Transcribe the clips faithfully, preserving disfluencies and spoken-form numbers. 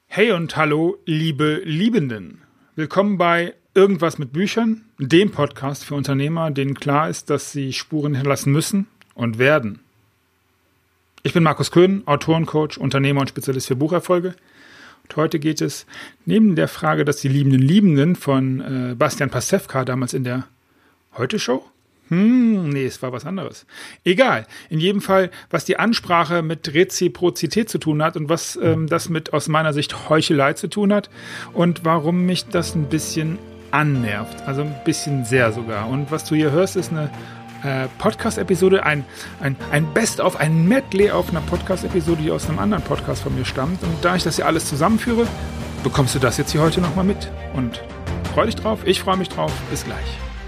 Hey und hallo, liebe Liebenden. Willkommen bei Irgendwas mit Büchern, dem Podcast für Unternehmer, denen klar ist, dass sie Spuren hinterlassen müssen und werden. Ich bin Markus Köhn, Autorencoach, Unternehmer und Spezialist für Bucherfolge. Und heute geht es neben der Frage, dass die liebenden Liebenden von äh, Bastian Pastewka damals in der Heute-Show? Hm, nee, es war was anderes. Egal. In jedem Fall, was die Ansprache mit Reziprozität zu tun hat und was ähm, das mit aus meiner Sicht Heuchelei zu tun hat und warum mich das ein bisschen annervt. Also ein bisschen sehr sogar. Und was du hier hörst, ist eine äh, Podcast-Episode, ein, ein, ein Best-of, ein Medley auf einer Podcast-Episode, die aus einem anderen Podcast von mir stammt. Und da ich das hier alles zusammenführe, bekommst du das jetzt hier heute nochmal mit. Und freu dich drauf, ich freue mich drauf. Bis gleich.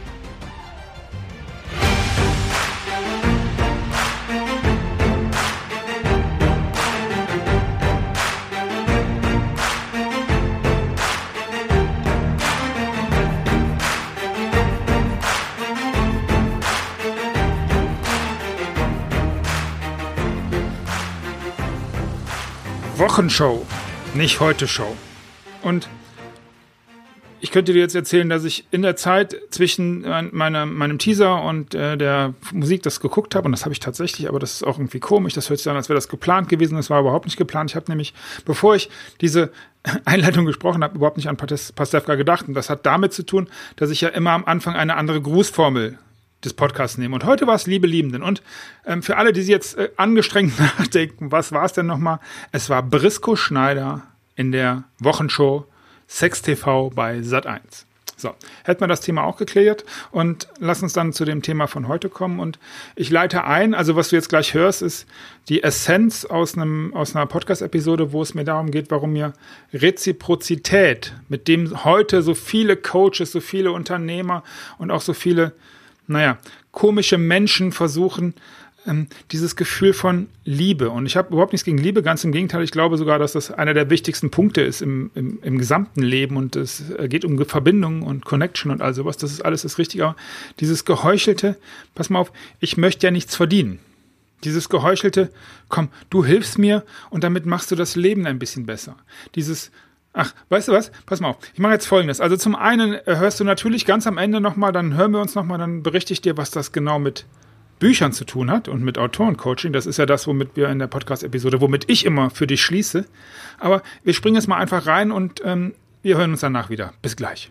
Wochenshow, nicht Heute-Show. Und ich könnte dir jetzt erzählen, dass ich in der Zeit zwischen meiner, meinem Teaser und äh, der Musik das geguckt habe. Und das habe ich tatsächlich, aber das ist auch irgendwie komisch. Das hört sich an, als wäre das geplant gewesen. Das war überhaupt nicht geplant. Ich habe nämlich, bevor ich diese Einleitung gesprochen habe, überhaupt nicht an Pastewka gedacht. Und das hat damit zu tun, dass ich ja immer am Anfang eine andere Grußformel des Podcasts nehmen. Und heute war es Liebe Liebenden. Und ähm, für alle, die sich jetzt äh, angestrengt nachdenken, was war es denn nochmal? Es war Brisco Schneider in der Wochenshow Sex T V bei Sat eins. So, hätten wir das Thema auch geklärt und lass uns dann zu dem Thema von heute kommen. Und ich leite ein, also was du jetzt gleich hörst, ist die Essenz aus einem aus einer Podcast-Episode, wo es mir darum geht, warum mir Reziprozität, mit dem heute so viele Coaches, so viele Unternehmer und auch so viele naja, komische Menschen versuchen, ähm, dieses Gefühl von Liebe. Und ich habe überhaupt nichts gegen Liebe, ganz im Gegenteil. Ich glaube sogar, dass das einer der wichtigsten Punkte ist im, im, im gesamten Leben. Und es geht um Verbindung und Connection und all sowas. Das ist alles das Richtige. Aber dieses geheuchelte, pass mal auf, ich möchte ja nichts verdienen. Dieses geheuchelte, komm, du hilfst mir und damit machst du das Leben ein bisschen besser. Dieses Ach, weißt du was? Pass mal auf. Ich mache jetzt Folgendes. Also zum einen hörst du natürlich ganz am Ende nochmal, dann hören wir uns nochmal, dann berichte ich dir, was das genau mit Büchern zu tun hat und mit Autorencoaching. Das ist ja das, womit wir in der Podcast-Episode, womit ich immer für dich schließe. Aber wir springen jetzt mal einfach rein und ähm, wir hören uns danach wieder. Bis gleich.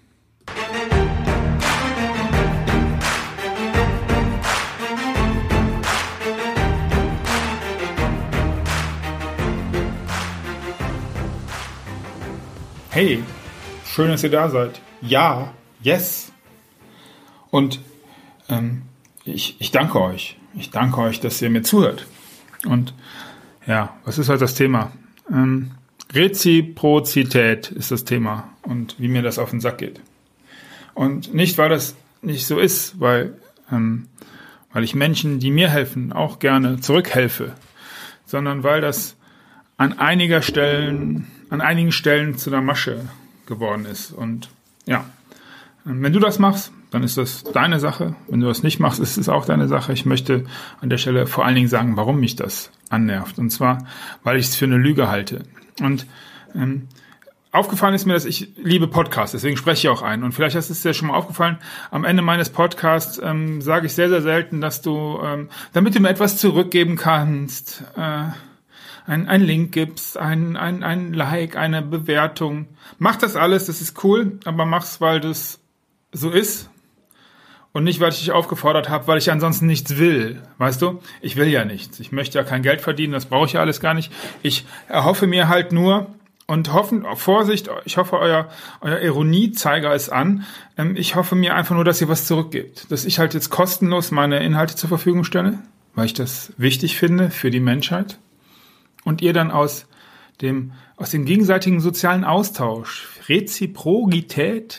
Hey, schön, dass ihr da seid. Ja, yes. Und ähm, ich, ich danke euch. Ich danke euch, dass ihr mir zuhört. Und ja, was ist halt das Thema? Ähm, Reziprozität ist das Thema und wie mir das auf den Sack geht. Und nicht, weil das nicht so ist, weil, ähm, weil ich Menschen, die mir helfen, auch gerne zurückhelfe, sondern weil das an einiger Stellen, an einigen Stellen zu einer Masche geworden ist. Und ja, wenn du das machst, dann ist das deine Sache. Wenn du das nicht machst, ist es auch deine Sache. Ich möchte an der Stelle vor allen Dingen sagen, warum mich das annervt. Und zwar, weil ich es für eine Lüge halte. Und ähm, aufgefallen ist mir, dass ich liebe Podcasts, deswegen spreche ich auch ein. Und vielleicht ist es dir schon mal aufgefallen, am Ende meines Podcasts ähm, sage ich sehr, sehr selten, dass du, ähm, damit du mir etwas zurückgeben kannst, äh, Ein, ein Link gibst, ein, ein, ein Like, eine Bewertung. Mach das alles, das ist cool, aber mach's, weil das so ist und nicht, weil ich dich aufgefordert habe, weil ich ansonsten nichts will. Weißt du? Ich will ja nichts. Ich möchte ja kein Geld verdienen, das brauche ich ja alles gar nicht. Ich erhoffe mir halt nur und hoffen, Vorsicht, ich hoffe, euer, euer Ironiezeiger ist an. Ich hoffe mir einfach nur, dass ihr was zurückgebt. Dass ich halt jetzt kostenlos meine Inhalte zur Verfügung stelle, weil ich das wichtig finde für die Menschheit. Und ihr dann aus dem, aus dem gegenseitigen sozialen Austausch, Reziprozität,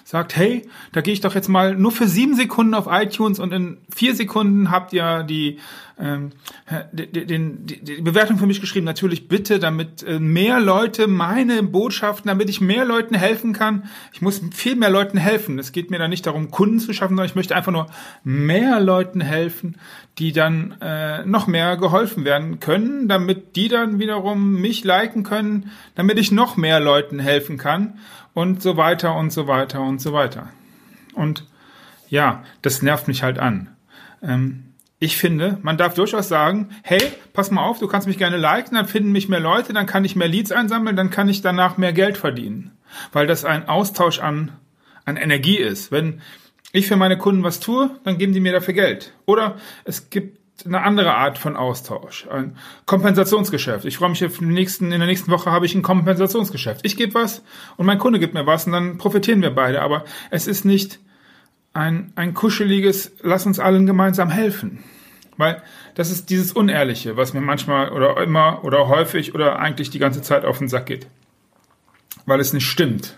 sagt, hey, da gehe ich doch jetzt mal nur für sieben Sekunden auf iTunes und in vier Sekunden habt ihr die, ähm, die, die, die, die Bewertung für mich geschrieben. Natürlich bitte, damit äh, mehr Leute meine Botschaften, damit ich mehr Leuten helfen kann. Ich muss viel mehr Leuten helfen. Es geht mir da nicht darum, Kunden zu schaffen, sondern ich möchte einfach nur mehr Leuten helfen, die dann äh, noch mehr geholfen werden können, damit die dann wiederum mich liken können, damit ich noch mehr Leuten helfen kann und so weiter und so weiter und so weiter. Und ja, das nervt mich halt an. Ähm, ich finde, man darf durchaus sagen, hey, pass mal auf, du kannst mich gerne liken, dann finden mich mehr Leute, dann kann ich mehr Leads einsammeln, dann kann ich danach mehr Geld verdienen. Weil das ein Austausch an, an Energie ist. Wenn ich für meine Kunden was tue, dann geben die mir dafür Geld. Oder es gibt eine andere Art von Austausch, ein Kompensationsgeschäft. Ich freue mich, auf den nächsten, in der nächsten Woche habe ich ein Kompensationsgeschäft. Ich gebe was und mein Kunde gibt mir was und dann profitieren wir beide. Aber es ist nicht ein, ein kuscheliges, lass uns allen gemeinsam helfen. Weil das ist dieses Unehrliche, was mir manchmal oder immer oder häufig oder eigentlich die ganze Zeit auf den Sack geht. Weil es nicht stimmt.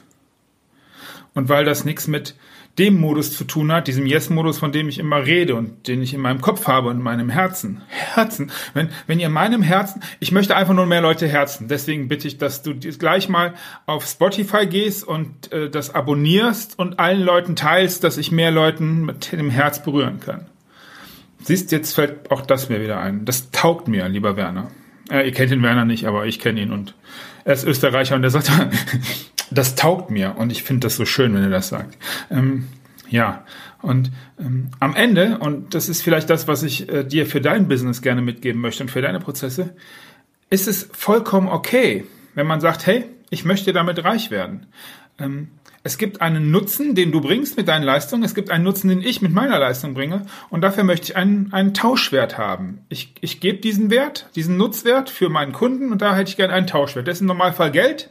Und weil das nichts mit dem Modus zu tun hat, diesem Yes-Modus, von dem ich immer rede und den ich in meinem Kopf habe und in meinem Herzen. Herzen. Wenn, wenn ihr in meinem Herzen, ich möchte einfach nur mehr Leute herzen. Deswegen bitte ich, dass du gleich mal auf Spotify gehst und äh, das abonnierst und allen Leuten teilst, dass ich mehr Leuten mit dem Herz berühren kann. Siehst, jetzt fällt auch das mir wieder ein. Das taugt mir, lieber Werner. Äh, ihr kennt den Werner nicht, aber ich kenne ihn und er ist Österreicher und er sagt, das taugt mir und ich finde das so schön, wenn er das sagt. Ähm, ja, und ähm, am Ende, und das ist vielleicht das, was ich äh, dir für dein Business gerne mitgeben möchte und für deine Prozesse, ist es vollkommen okay, wenn man sagt, hey, ich möchte damit reich werden. Ähm, es gibt einen Nutzen, den du bringst mit deinen Leistungen, es gibt einen Nutzen, den ich mit meiner Leistung bringe und dafür möchte ich einen, einen Tauschwert haben. Ich, ich gebe diesen Wert, diesen Nutzwert für meinen Kunden und da hätte ich gerne einen Tauschwert. Das ist im Normalfall Geld.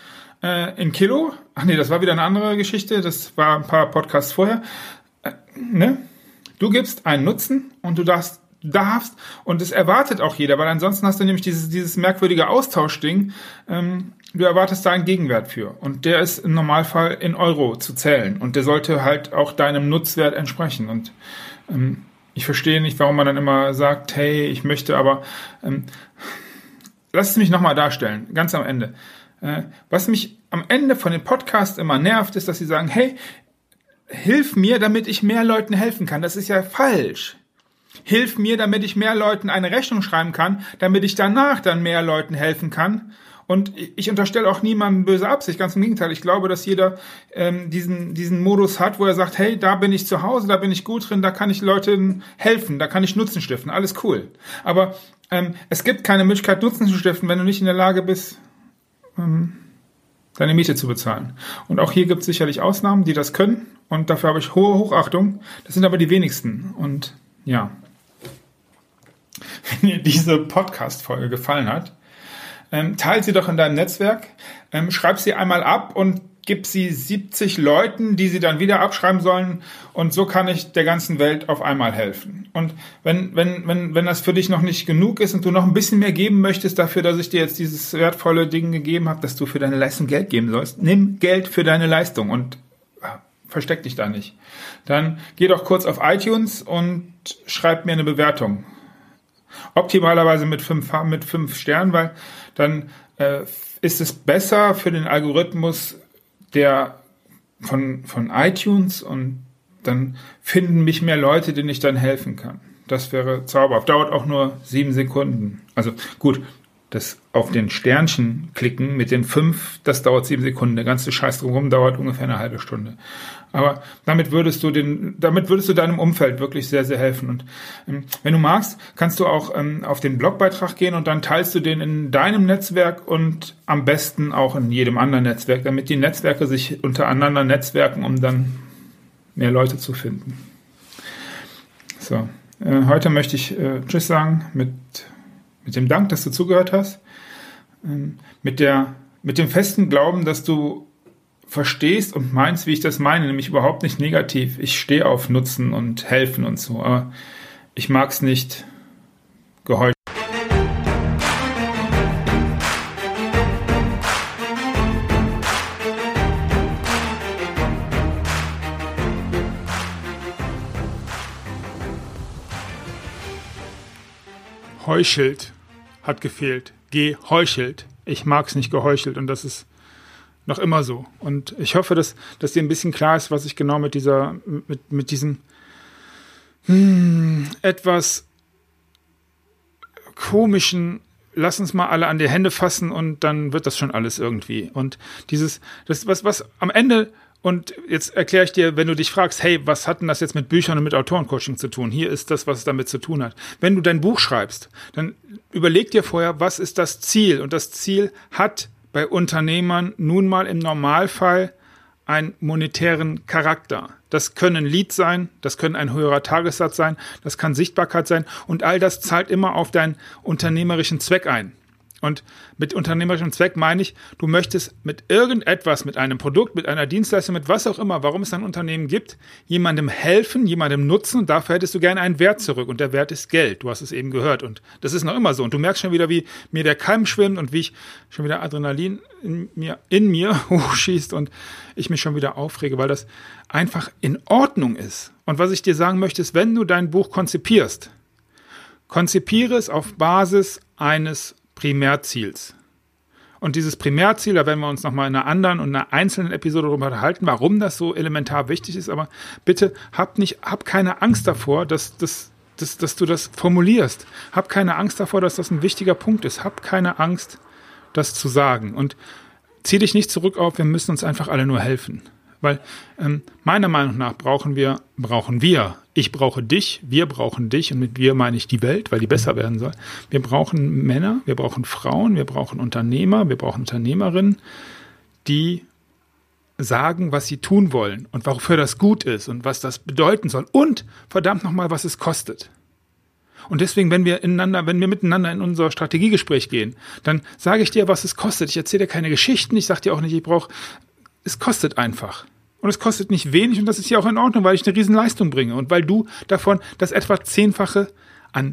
Äh, in Kilo, ach nee, das war wieder eine andere Geschichte, das war ein paar Podcasts vorher, äh, ne? Du gibst einen Nutzen und du darfst, darfst, und das erwartet auch jeder, weil ansonsten hast du nämlich dieses, dieses merkwürdige Austauschding, ähm, du erwartest da einen Gegenwert für und der ist im Normalfall in Euro zu zählen und der sollte halt auch deinem Nutzwert entsprechen und ähm, ich verstehe nicht, warum man dann immer sagt, hey, ich möchte aber, ähm, lass es mich nochmal darstellen, ganz am Ende. Was mich am Ende von den Podcasts immer nervt, ist, dass sie sagen, hey, hilf mir, damit ich mehr Leuten helfen kann. Das ist ja falsch. Hilf mir, damit ich mehr Leuten eine Rechnung schreiben kann, damit ich danach dann mehr Leuten helfen kann. Und ich unterstelle auch niemandem böse Absicht, ganz im Gegenteil. Ich glaube, dass jeder ähm, diesen diesen Modus hat, wo er sagt, hey, da bin ich zu Hause, da bin ich gut drin, da kann ich Leuten helfen, da kann ich Nutzen stiften, alles cool. Aber ähm, es gibt keine Möglichkeit, Nutzen zu stiften, wenn du nicht in der Lage bist, deine Miete zu bezahlen. Und auch hier gibt es sicherlich Ausnahmen, die das können und dafür habe ich hohe Hochachtung. Das sind aber die wenigsten. Und ja, wenn dir diese Podcast-Folge gefallen hat, ähm, teile sie doch in deinem Netzwerk, ähm, schreib sie einmal ab und gib sie siebzig Leuten, die sie dann wieder abschreiben sollen und so kann ich der ganzen Welt auf einmal helfen. Und wenn, wenn, wenn, wenn das für dich noch nicht genug ist und du noch ein bisschen mehr geben möchtest dafür, dass ich dir jetzt dieses wertvolle Ding gegeben habe, dass du für deine Leistung Geld geben sollst, nimm Geld für deine Leistung und versteck dich da nicht. Dann geh doch kurz auf iTunes und schreib mir eine Bewertung. Optimalerweise mit fünf, mit fünf Sternen, weil dann äh, ist es besser für den Algorithmus, der von, von iTunes und dann finden mich mehr Leute, denen ich dann helfen kann. Das wäre zauberhaft. Dauert auch nur sieben Sekunden. Also gut, das auf den Sternchen klicken mit den fünf, das dauert sieben Sekunden. Der ganze Scheiß drumherum dauert ungefähr eine halbe Stunde. Aber damit würdest du den, damit würdest du deinem Umfeld wirklich sehr, sehr helfen. Und ähm, wenn du magst, kannst du auch ähm, auf den Blogbeitrag gehen und dann teilst du den in deinem Netzwerk und am besten auch in jedem anderen Netzwerk, damit die Netzwerke sich untereinander netzwerken, um dann mehr Leute zu finden. So, äh, heute möchte ich äh, Tschüss sagen mit mit dem Dank, dass du zugehört hast, ähm, mit der mit dem festen Glauben, dass du verstehst und meinst, wie ich das meine, nämlich überhaupt nicht negativ. Ich stehe auf Nutzen und Helfen und so, aber ich mag es nicht geheuchelt. geheuchelt hat gefehlt. Geheuchelt. Ich mag es nicht geheuchelt und das ist noch immer so. Und ich hoffe, dass, dass dir ein bisschen klar ist, was ich genau mit dieser, mit, mit diesem hm, etwas komischen, lass uns mal alle an die Hände fassen und dann wird das schon alles irgendwie. Und dieses, das, was, was am Ende, und jetzt erkläre ich dir, wenn du dich fragst, hey, was hat denn das jetzt mit Büchern und mit Autorencoaching zu tun? Hier ist das, was es damit zu tun hat. Wenn du dein Buch schreibst, dann überleg dir vorher, was ist das Ziel? Und das Ziel hat bei Unternehmern nun mal im Normalfall einen monetären Charakter. Das können Leads sein, das können ein höherer Tagessatz sein, das kann Sichtbarkeit sein und all das zahlt immer auf deinen unternehmerischen Zweck ein. Und mit unternehmerischem Zweck meine ich, du möchtest mit irgendetwas, mit einem Produkt, mit einer Dienstleistung, mit was auch immer, warum es ein Unternehmen gibt, jemandem helfen, jemandem nutzen und dafür hättest du gerne einen Wert zurück und der Wert ist Geld, du hast es eben gehört und das ist noch immer so und du merkst schon wieder, wie mir der Keim schwimmt und wie ich schon wieder Adrenalin in mir, in mir hochschießt und ich mich schon wieder aufrege, weil das einfach in Ordnung ist. Und was ich dir sagen möchte, ist, wenn du dein Buch konzipierst, konzipiere es auf Basis eines Primärziels. Und dieses Primärziel, da werden wir uns nochmal in einer anderen und einer einzelnen Episode darüber unterhalten, warum das so elementar wichtig ist, aber bitte hab nicht, hab keine Angst davor, dass, dass, dass, dass du das formulierst. Hab keine Angst davor, dass das ein wichtiger Punkt ist. Hab keine Angst, das zu sagen. Und zieh dich nicht zurück auf, wir müssen uns einfach alle nur helfen. Weil ähm, meiner Meinung nach brauchen wir, brauchen wir, ich brauche dich, wir brauchen dich und mit wir meine ich die Welt, weil die besser werden soll. Wir brauchen Männer, wir brauchen Frauen, wir brauchen Unternehmer, wir brauchen Unternehmerinnen, die sagen, was sie tun wollen und wofür das gut ist und was das bedeuten soll und verdammt nochmal, was es kostet. Und deswegen, wenn wir ineinander, wenn wir miteinander in unser Strategiegespräch gehen, dann sage ich dir, was es kostet. Ich erzähle dir keine Geschichten, ich sage dir auch nicht, ich brauche Es kostet einfach. Und es kostet nicht wenig und das ist ja auch in Ordnung, weil ich eine riesen Leistung bringe und weil du davon das etwa zehnfache an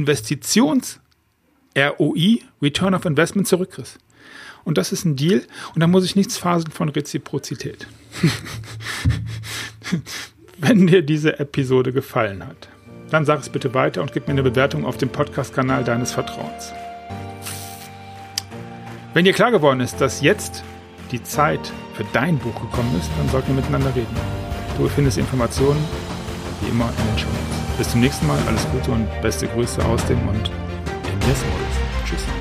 Investitions-R O I, Return of Investment, zurückkriegst. Und das ist ein Deal und da muss ich nichts faseln von Reziprozität. Wenn dir diese Episode gefallen hat, dann sag es bitte weiter und gib mir eine Bewertung auf dem Podcast-Kanal deines Vertrauens. Wenn dir klar geworden ist, dass jetzt die Zeit für dein Buch gekommen ist, dann sollten wir miteinander reden. Du findest Informationen, wie immer, in den Shownotes. Bis zum nächsten Mal, alles Gute und beste Grüße aus dem und in des Mondes. Tschüss.